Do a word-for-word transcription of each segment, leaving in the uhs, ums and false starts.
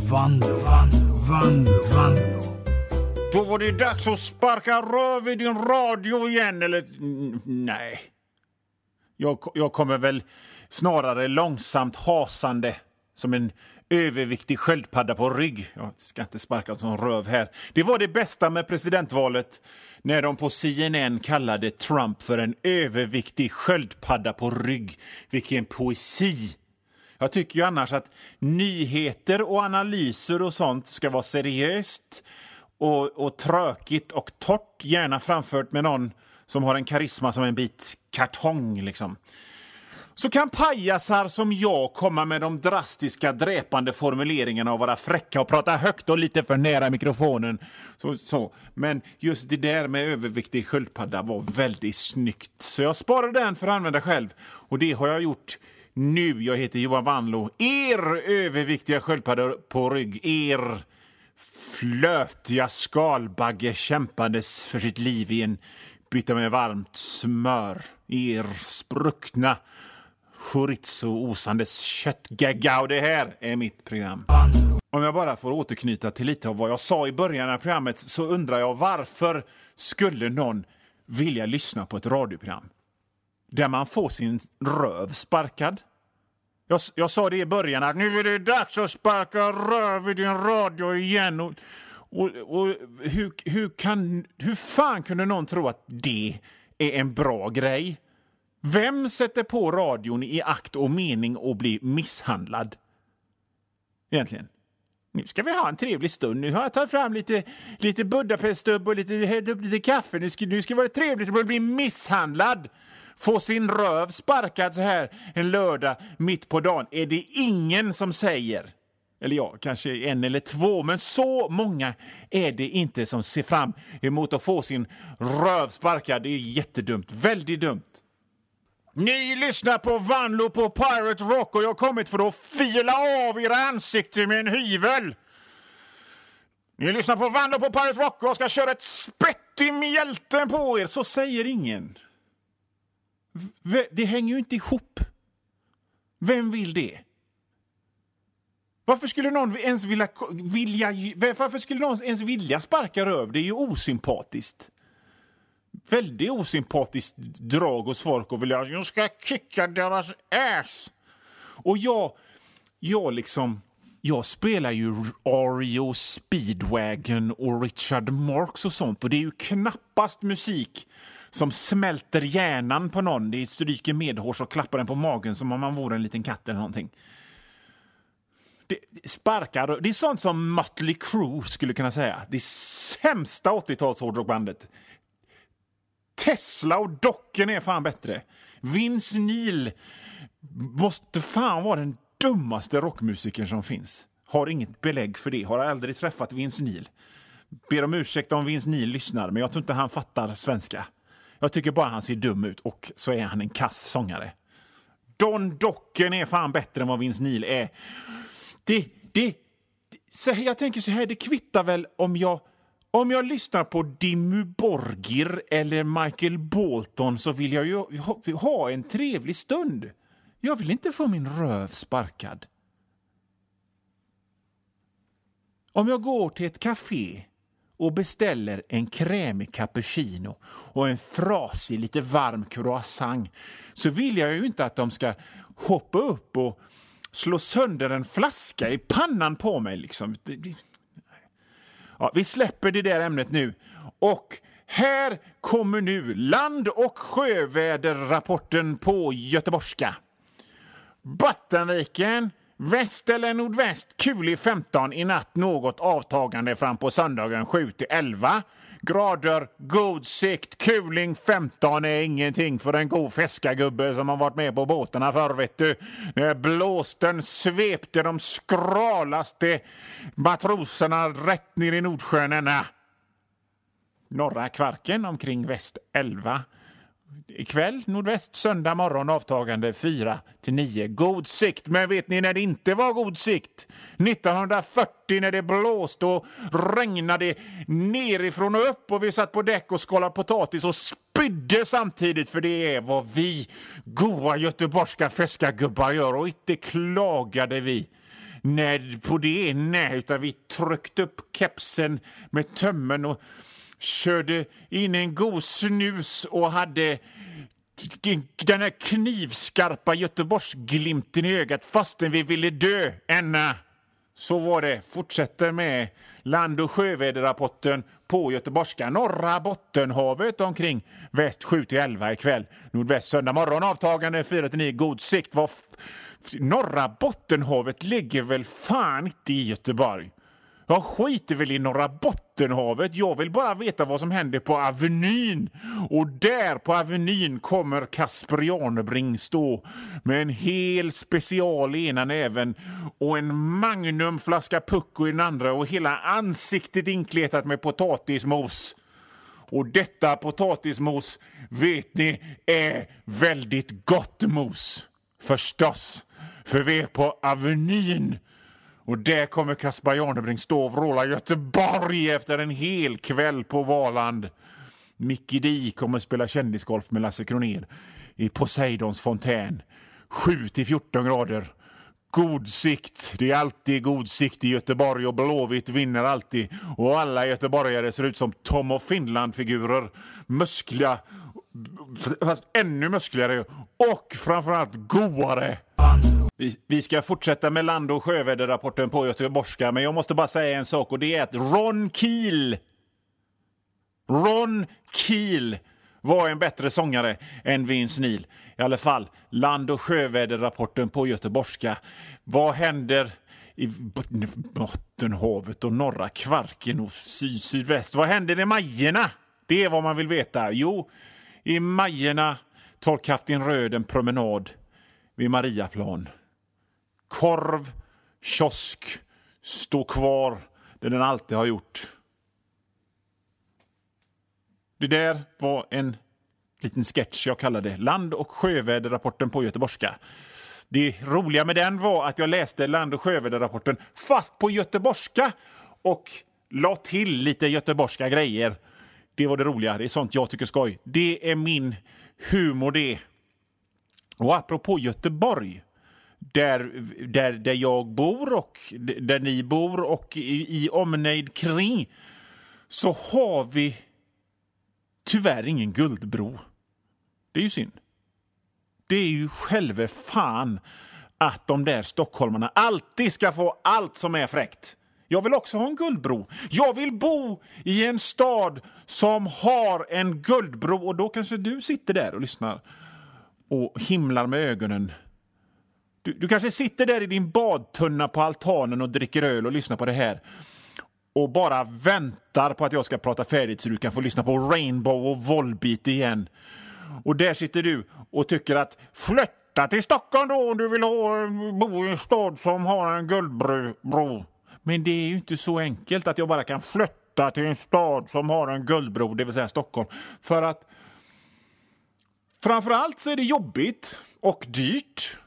Vanlo, Vanlo, Vanlo, Vanlo. Då var det dags att sparka röv i din radio igen, eller? N- nej. Jag, jag kommer väl snarare långsamt hasande som en överviktig sköldpadda på rygg. Jag ska inte sparka som röv här. Det var det bästa med presidentvalet när de på C N N kallade Trump för en överviktig sköldpadda på rygg. Vilken poesi! Jag tycker ju annars att nyheter och analyser och sånt ska vara seriöst och, och tråkigt och torrt, gärna framfört med någon som har en karisma som en bit kartong liksom. Så kan pajasar som jag komma med de drastiska, dräpande formuleringarna och vara fräcka och prata högt och lite för nära mikrofonen. Så, så. Men just det där med överviktig sköldpadda var väldigt snyggt. Så jag sparade den för att använda själv. Och det har jag gjort nu. Jag heter Johan Vanlo. Er överviktiga sköldpadda på rygg. Er flötiga skalbagge kämpandes för sitt liv i en byta med varmt smör. Er spruckna chorizo-osandes köttgagga. Och det här är mitt program. Om jag bara får återknyta till lite av vad jag sa i början av programmet, så undrar jag varför skulle någon vilja lyssna på ett radioprogram där man får sin röv sparkad? Jag, jag sa det i början att nu är det dags att sparka röv i din radio igen. Och, och, och hur, hur, kan, hur fan kunde någon tro att det är en bra grej? Vem sätter på radion i akt och mening och blir misshandlad? Egentligen. Nu ska vi ha en trevlig stund. Nu har jag tagit fram lite, lite Budapeststubb och lite, lite kaffe. Nu ska, nu ska det vara trevligt att bli misshandlad. Få sin röv sparkad så här en lördag mitt på dagen. Är det ingen som säger? Eller ja, kanske en eller två. Men så många är det inte som ser fram emot att få sin röv sparkad. Det är jättedumt. Väldigt dumt. Ni lyssnar på Vanlo på Pirate Rock och jag har kommit för att fila av era ansikten med en hyvel. Ni lyssnar på Vanlo på Pirate Rock och jag ska köra ett spett i mjälten på er. Så säger ingen. V- det hänger ju inte ihop. Vem vill det? Varför skulle någon ens vilja, vilja varför skulle någon ens vilja sparka röv? Det är ju osympatiskt. Väldigt osympatiskt drag hos folk och vilja, jag ska kicka deras ass. Och jag, jag liksom, jag spelar ju R E O Speedwagon och Richard Marx och sånt. Och det är ju knappast musik som smälter hjärnan på någon. Det stryker medhårs och klappar den på magen som om man vore en liten katt eller någonting. Det sparkar, det är sånt som Mötley Crüe skulle kunna säga. Det sämsta åttio-tals hårdrockbandet. Tesla och Docken är fan bättre. Vince Neil måste fan vara den dummaste rockmusikern som finns. Har inget belägg för det. Har aldrig träffat Vince Neil. Ber om ursäkt om Vince Neil lyssnar, men jag tror inte han fattar svenska. Jag tycker bara han ser dum ut och så är han en kass sångare. Don Docken är fan bättre än vad Vince Neil är. Det, det, så jag tänker så här, det kvittar väl om jag Om jag lyssnar på Dimmu Borgir eller Michael Bolton så vill jag ju ha, ha en trevlig stund. Jag vill inte få min röv sparkad. Om jag går till ett café och beställer en krämig cappuccino och en frasig lite varm croissant så vill jag ju inte att de ska hoppa upp och slå sönder en flaska i pannan på mig liksom. Ja, vi släpper det där ämnet nu. Och här kommer nu land- och sjöväderrapporten på göteborgska. Bottenviken, väst eller nordväst, kulig femton i natt, något avtagande fram på söndagen sju till elva. Grader, god sikt, kuling femton är ingenting för en god fiskargubbe som har varit med på båtarna förr, vet du. När blåsten svepte de skralaste matroserna rätt ner i Nordsjönarna. Norra Kvarken omkring väst elva. Ikväll nordväst, söndag morgon avtagande fyra till nio. God sikt, men vet ni när det inte var god sikt? nittonhundrafyrtio när det blåste och regnade nerifrån och upp och vi satt på däck och skalade potatis och spydde samtidigt, för det är vad vi goa göteborgska fiskargubbar gör, och inte klagade vi. nej, på det, nej, utan vi tryckte upp kepsen med tömmen och körde in en god snus och hade den här knivskarpa Göteborgsglimten i ögat fastän vi ville dö, Enna. Så var det. Fortsätter med land- och sjöväderrapporten på göteborgska. Norra Bottenhavet omkring väst sju till elva ikväll. Nordväst söndag morgon avtagande fyra till nio. God sikt. Var f- Norra Bottenhavet ligger väl fan inte i Göteborg. Jag skiter väl i Norra Bottenhavet. Jag vill bara veta vad som händer på Avenyn. Och där på Avenyn kommer Kasper Janebring stå med en hel special i ena näven och en magnumflaska pucko i den andra och hela ansiktet inkletat med potatismos. Och detta potatismos, vet ni, är väldigt gott mos. Förstås, för vi är på Avenyn. Och där kommer Kasper Janebring stå och vråla Göteborg efter en hel kväll på Valand. Mickey D kommer spela kändisgolf med Lasse Kronér i Poseidons fontän. sju till fjorton grader. God sikt. Det är alltid god sikt i Göteborg och Blåvitt vinner alltid. Och alla göteborgare ser ut som Tom och Finland-figurer. Muskliga, fast ännu muskligare och framförallt goare. Vi, vi ska fortsätta med land- och sjöväderrapporten på göteborgska, men jag måste bara säga en sak och det är att Ron Keel Ron Keel var en bättre sångare än Vince Neil. I alla fall, land- och sjöväderrapporten på göteborgska. Vad händer i Bottenhavet och norra Kvarken och syd- sydväst? Vad händer i Majerna? Det är vad man vill veta. Jo, i Majerna tar Kapten Röd en promenad vid Mariaplan. Korv, kiosk, stå kvar där den alltid har gjort. Det där var en liten sketch jag kallade land- och sjöväderrapporten på göteborgska. Det roliga med den var att jag läste land- och sjöväderrapporten fast på göteborgska och la till lite göteborgska grejer. Det var det roliga, det är sånt jag tycker skoj. Det är min humor det. Och apropå Göteborg, där, där, där jag bor och där ni bor och i, i omnejd kring, så har vi tyvärr ingen guldbro. Det är ju synd. Det är ju själva fan att de där stockholmarna alltid ska få allt som är fräckt. Jag vill också ha en guldbro. Jag vill bo i en stad som har en guldbro. Och då kanske du sitter där och lyssnar och himlar med ögonen. Du, du kanske sitter där i din badtunna på altanen och dricker öl och lyssnar på det här. Och bara väntar på att jag ska prata färdigt så du kan få lyssna på Rainbow och Volbeat igen. Och där sitter du och tycker att flytta till Stockholm då om du vill ha, bo i en stad som har en guldbro. Men det är ju inte så enkelt att jag bara kan flytta till en stad som har en guldbro, det vill säga Stockholm. För att framförallt så är det jobbigt och dyrt.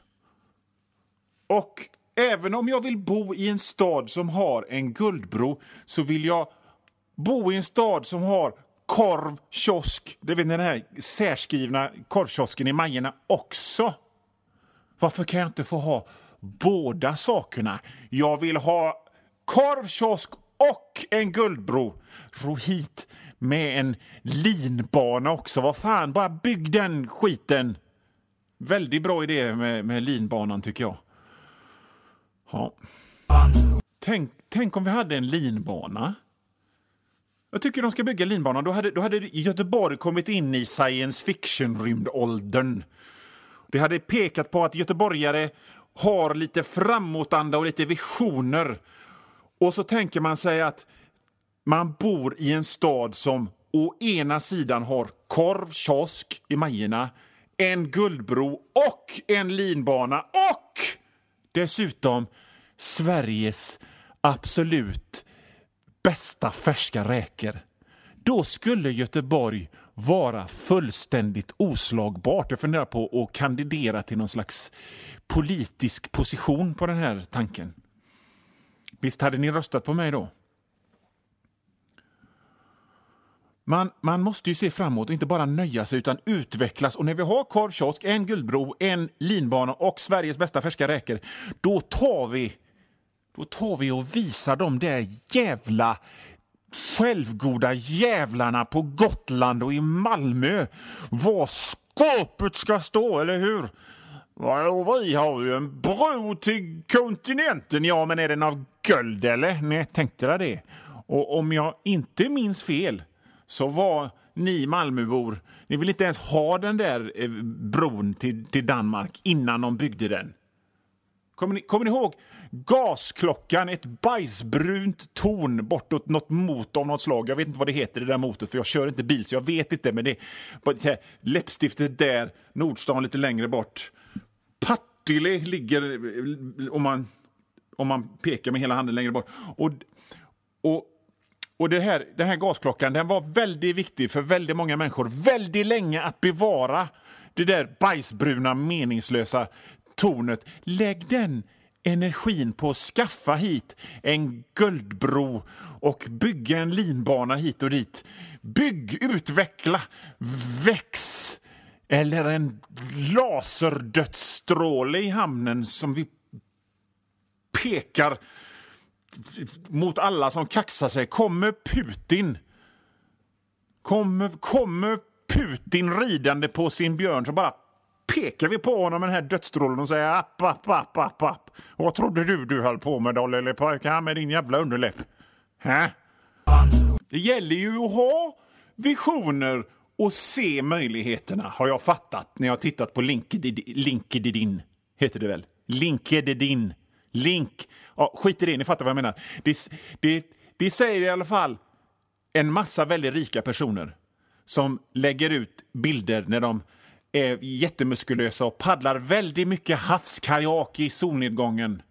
Och även om jag vill bo i en stad som har en guldbro så vill jag bo i en stad som har korv, kiosk. Det vet ni, den här särskrivna korvkiosken i Majerna också. Varför kan jag inte få ha båda sakerna? Jag vill ha korv, kiosk och en guldbro. Ro hit med en linbana också. Vad fan, bara bygg den skiten. Väldigt bra idé med, med linbanan tycker jag. Ja. Tänk, tänk om vi hade en linbana. Jag tycker de ska bygga linbanan. Då hade, då hade Göteborg kommit in i science fiction-rymdåldern. Det hade pekat på att göteborgare har lite framåtanda och lite visioner. Och så tänker man sig att man bor i en stad som å ena sidan har korv, kiosk i Majerna, en guldbro och en linbana och dessutom Sveriges absolut bästa färska räkor. Då skulle Göteborg vara fullständigt oslagbart. Jag funderar på att kandidera till någon slags politisk position på den här tanken. Visst hade ni röstat på mig då? Man, man måste ju se framåt och inte bara nöja sig utan utvecklas. Och när vi har korvkiosk, en guldbro, en linbana och Sveriges bästa färska räkor, då tar vi då tar vi och visar de där jävla självgoda jävlarna på Gotland och i Malmö var skåpet ska stå, eller hur? Ja, vi har ju en bro till kontinenten. Ja, men är den av guld eller? Nej, tänkte jag det. Och om jag inte minns fel så var ni Malmöbor, ni vill inte ens ha den där eh, bron till, till Danmark innan de byggde den. Kommer ni, kommer ni ihåg gasklockan, ett bajsbrunt torn bortåt något mot av något slag. Jag vet inte vad det heter, det där motet, för jag kör inte bil så jag vet inte, men det är läppstiftet där, Nordstan lite längre bort. Partille ligger om man, om man pekar med hela handen längre bort. Och, och, och det här, den här gasklockan, den var väldigt viktig för väldigt många människor. Väldigt länge att bevara det där bajsbruna, meningslösa tornet. Lägg den energin på att skaffa hit en guldbro och bygga en linbana hit och dit. Bygg, utveckla, väx. Eller en laserdödsstråle i hamnen som vi pekar mot alla som kaxar sig. Kommer Putin kommer, kommer Putin ridande på sin björn, så bara pekar vi på honom med den här dödsstrålen och säger app, app, app, app, app. Vad trodde du du höll på med då, lille pojke, med din jävla underläpp? Hä? Det gäller ju att ha visioner och se möjligheterna, har jag fattat när jag har tittat på LinkedIn, heter det väl? LinkedIn. Link. Ja, skit i det, ni fattar vad jag menar. Det, det, det säger i alla fall en massa väldigt rika personer som lägger ut bilder när de är jättemuskulösa och paddlar väldigt mycket havskajak i solnedgången.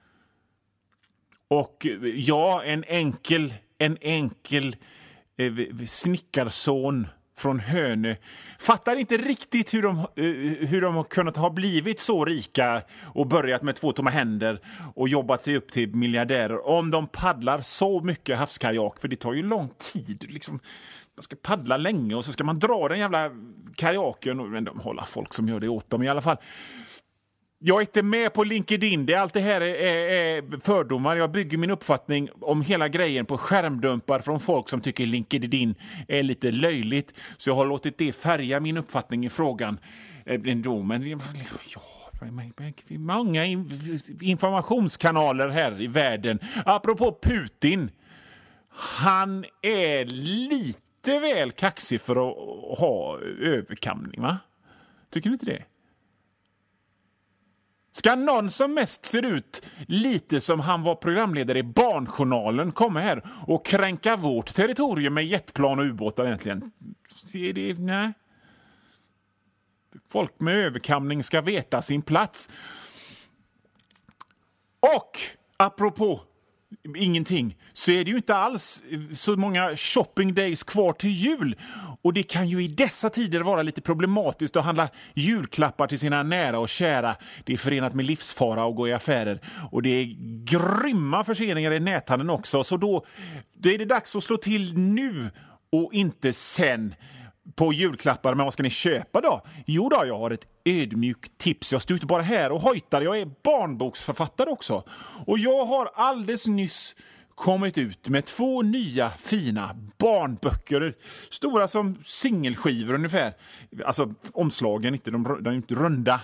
Och ja, en enkel, en enkel eh, snickarson från Hönö fattar inte riktigt hur de, hur de har kunnat ha blivit så rika och börjat med två tomma händer och jobbat sig upp till miljardärer om de paddlar så mycket havskajak, för det tar ju lång tid liksom. Man ska paddla länge och så ska man dra den jävla kajaken, och men de håller folk som gör det åt dem i alla fall. Jag är inte med på LinkedIn. Det, allt det här är, är, är fördomar. Jag bygger min uppfattning om hela grejen på skärmdumpar från folk som tycker LinkedIn är lite löjligt. Så jag har låtit det färga min uppfattning i frågan ändå. Men ja, många informationskanaler här i världen. Apropå Putin. Han är lite väl kaxig för att ha överkamning, va? Tycker ni inte det? Ska någon som mest ser ut lite som han var programledare i Barnjournalen komma här och kränka vårt territorium med jetplan och ubåtar egentligen? Ser det? Nej. Folk med överkamning ska veta sin plats. Och apropå ingenting, så är det ju inte alls så många shopping days kvar till jul. Och det kan ju i dessa tider vara lite problematiskt att handla julklappar till sina nära och kära. Det är förenat med livsfara att gå i affärer. Och det är grymma förseningar i näthandeln också. Så då, då är det dags att slå till nu och inte sen på julklappar. Men vad ska ni köpa då? Jo då, jag har ett ödmjukt tips. Jag står inte bara här och hojtar. Jag är barnboksförfattare också. Och jag har alldeles nyss kommit ut med två nya fina barnböcker. Stora som singelskivor ungefär. Alltså omslagen, inte, de, de är inte runda.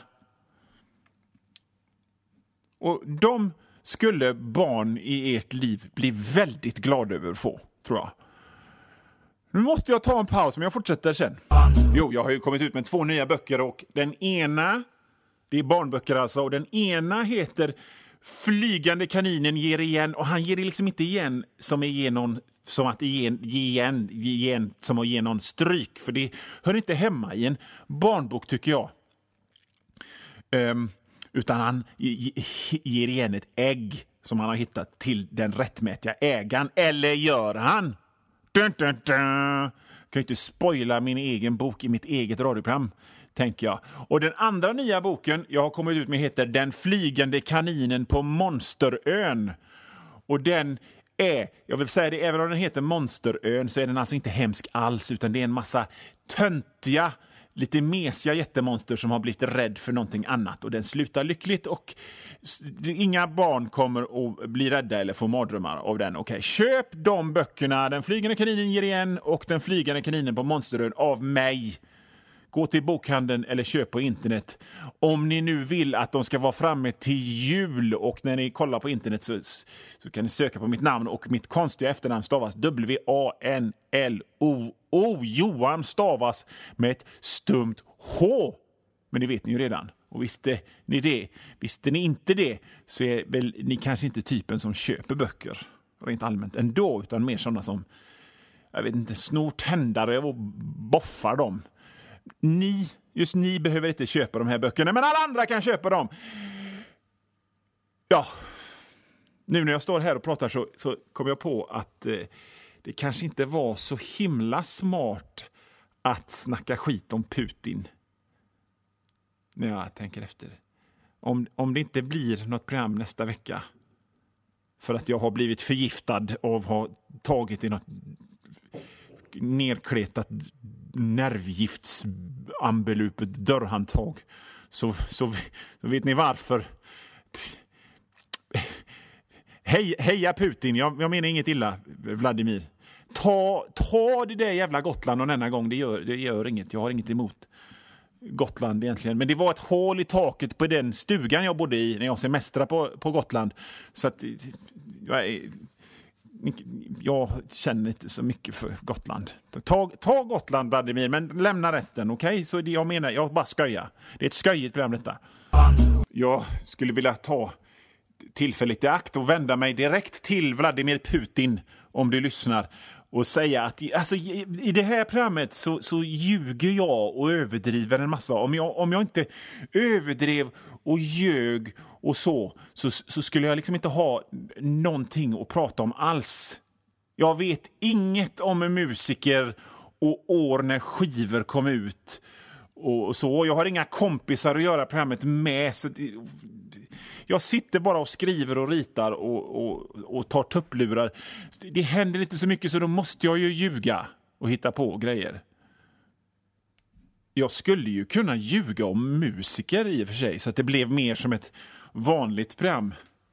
Och de skulle barn i ert liv bli väldigt glada över att få, tror jag. Nu måste jag ta en paus, men jag fortsätter sen. Jo, jag har ju kommit ut med två nya böcker och den ena, det är barnböcker alltså, och den ena heter Flygande kaninen ger igen, och han ger liksom inte igen som är ge någon, som att ge, ge igen, ge igen som att ge någon stryk, för det hör inte hemma i en barnbok tycker jag. Um, utan han ger igen ett ägg som han har hittat till den rättmätiga ägaren, eller gör han? Dun, dun, dun. Jag kan inte spoila min egen bok i mitt eget radioprogram, tänker jag. Och den andra nya boken jag har kommit ut med heter Den flygande kaninen på Monsterön. Och den är, jag vill säga det, även om den heter Monsterön så är den alltså inte hemsk alls, utan det är en massa töntiga lite mesiga jättemonster som har blivit rädd för någonting annat. Och den slutar lyckligt och inga barn kommer att bli rädda eller få mardrömmar av den. Okej, köp de böckerna. Den flygande kaninen ger igen och den flygande kaninen på Monsterön av mig. Gå till bokhandeln eller köp på internet. Om ni nu vill att de ska vara framme till jul och när ni kollar på internet så, så kan ni söka på mitt namn och mitt konstiga efternamn stavas W A N L O O. Johan stavas med ett stumt H. Men det vet ni ju redan. Och visste ni det, visste ni inte det så är väl ni kanske inte typen som köper böcker rent allmänt ändå utan mer sådana som jag vet inte, snor tändare och boffar dem. Ni, just ni behöver inte köpa de här böckerna, men alla andra kan köpa dem. Ja, nu när jag står här och pratar så, så kom jag på att eh, det kanske inte var så himla smart att snacka skit om Putin. När jag tänker efter. Om, om det inte blir något program nästa vecka för att jag har blivit förgiftad av att ha tagit i något nerkletat nervgiftsambelupet dörrhandtag så, så, så vet ni varför. Hej, heja Putin, jag, jag menar inget illa, Vladimir. Ta, ta det där jävla Gotland och denna gång, det gör, det gör inget, jag har inget emot Gotland egentligen. Men det var ett hål i taket på den stugan jag bodde i när jag semestrade på, på Gotland. Så att jag, jag känner inte så mycket för Gotland. Ta, ta Gotland, Vladimir, men lämna resten, okej? Okay? Så det jag menar, jag bara skojar. Det är ett skojigt program detta. Jag skulle vilja ta tillfället i akt och vända mig direkt till Vladimir Putin om du lyssnar och säga att alltså, i, i det här programmet så, så ljuger jag och överdriver en massa. Om jag, om jag inte överdrev och ljög och så, så så skulle jag liksom inte ha någonting att prata om alls. Jag vet inget om musiker och år när skivor kom ut och så. Jag har inga kompisar att göra programmet med. Så det, jag sitter bara och skriver och ritar och, och, och tar tupplurar. Det händer inte så mycket så då måste jag ju ljuga och hitta på grejer. Jag skulle ju kunna ljuga om musiker i och för sig så att det blev mer som ett vanligt program.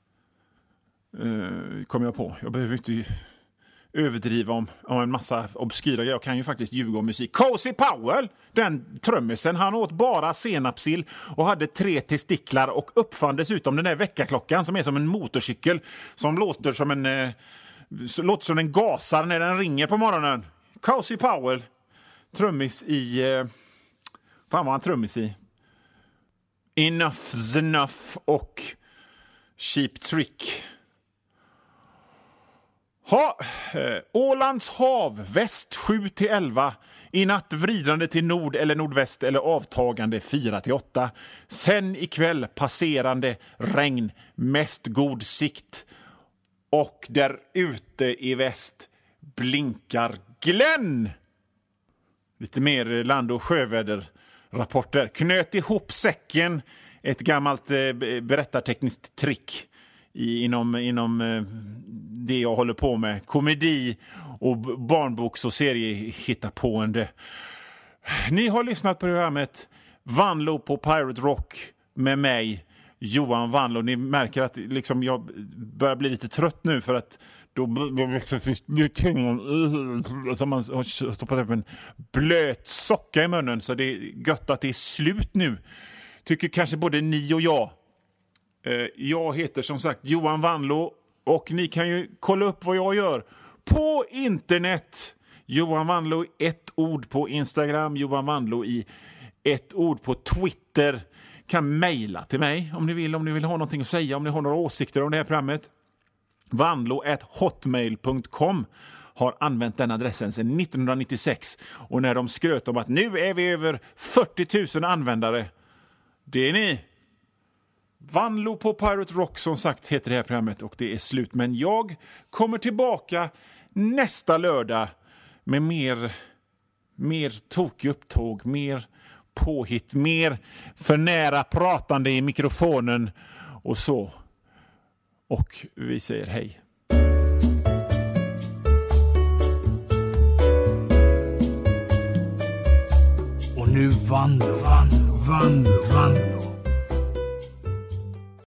Uh, kom jag på. Jag behöver inte överdriva om, om en massa obskyra. Jag kan ju faktiskt ljuga om musik. Cozy Powell, den trummisen, han åt bara senapsill och hade tre testiklar och uppfann dessutom den där väckarklockan som är som en motorcykel som låter som en eh, låter som en gasar när den ringer på morgonen. Cozy Powell, trummis i eh, fan vad han trummis i Enough's Enough och Cheap Trick. Ha, eh, Ålands hav, väst sju till elva. I natt vridande till nord eller nordväst eller avtagande fyra till åtta. Sen ikväll passerande regn, mest god sikt. Och där ute i väst blinkar Glenn. Lite mer land- och sjöväderrapporter. Knöt ihop säcken, ett gammalt eh, berättartekniskt trick. I, inom, inom eh, det jag håller på med. Komedi och barnboks- och seriehittapående. Ni har lyssnat på programmet Vanlo på Pirate Rock med mig, Johan Vanlo. Ni märker att liksom, jag börjar bli lite trött nu för att då som man har stoppat upp en blöt socka i munnen så det är gött att det är slut nu. Tycker kanske både ni och jag. Jag heter som sagt Johan Vanlo och ni kan ju kolla upp vad jag gör på internet. Johan Vanlo i ett ord på Instagram, Johan Vanlo i ett ord på Twitter. Kan mejla till mig om ni vill, om ni vill ha någonting att säga, om ni har några åsikter om det här programmet. vanlo at hotmail punkt com har använt den adressen sedan nittonhundranittiosex och när de skröt om att nu är vi över fyrtio tusen användare. Det är ni. Vanlo på Pirate Rock som sagt heter det här programmet och det är slut. Men jag kommer tillbaka nästa lördag med mer, mer tokig upptåg, mer påhitt, mer för nära pratande i mikrofonen och så. Och vi säger hej. Och Nu Vanlo, Vanlo, Vanlo, Vanlo.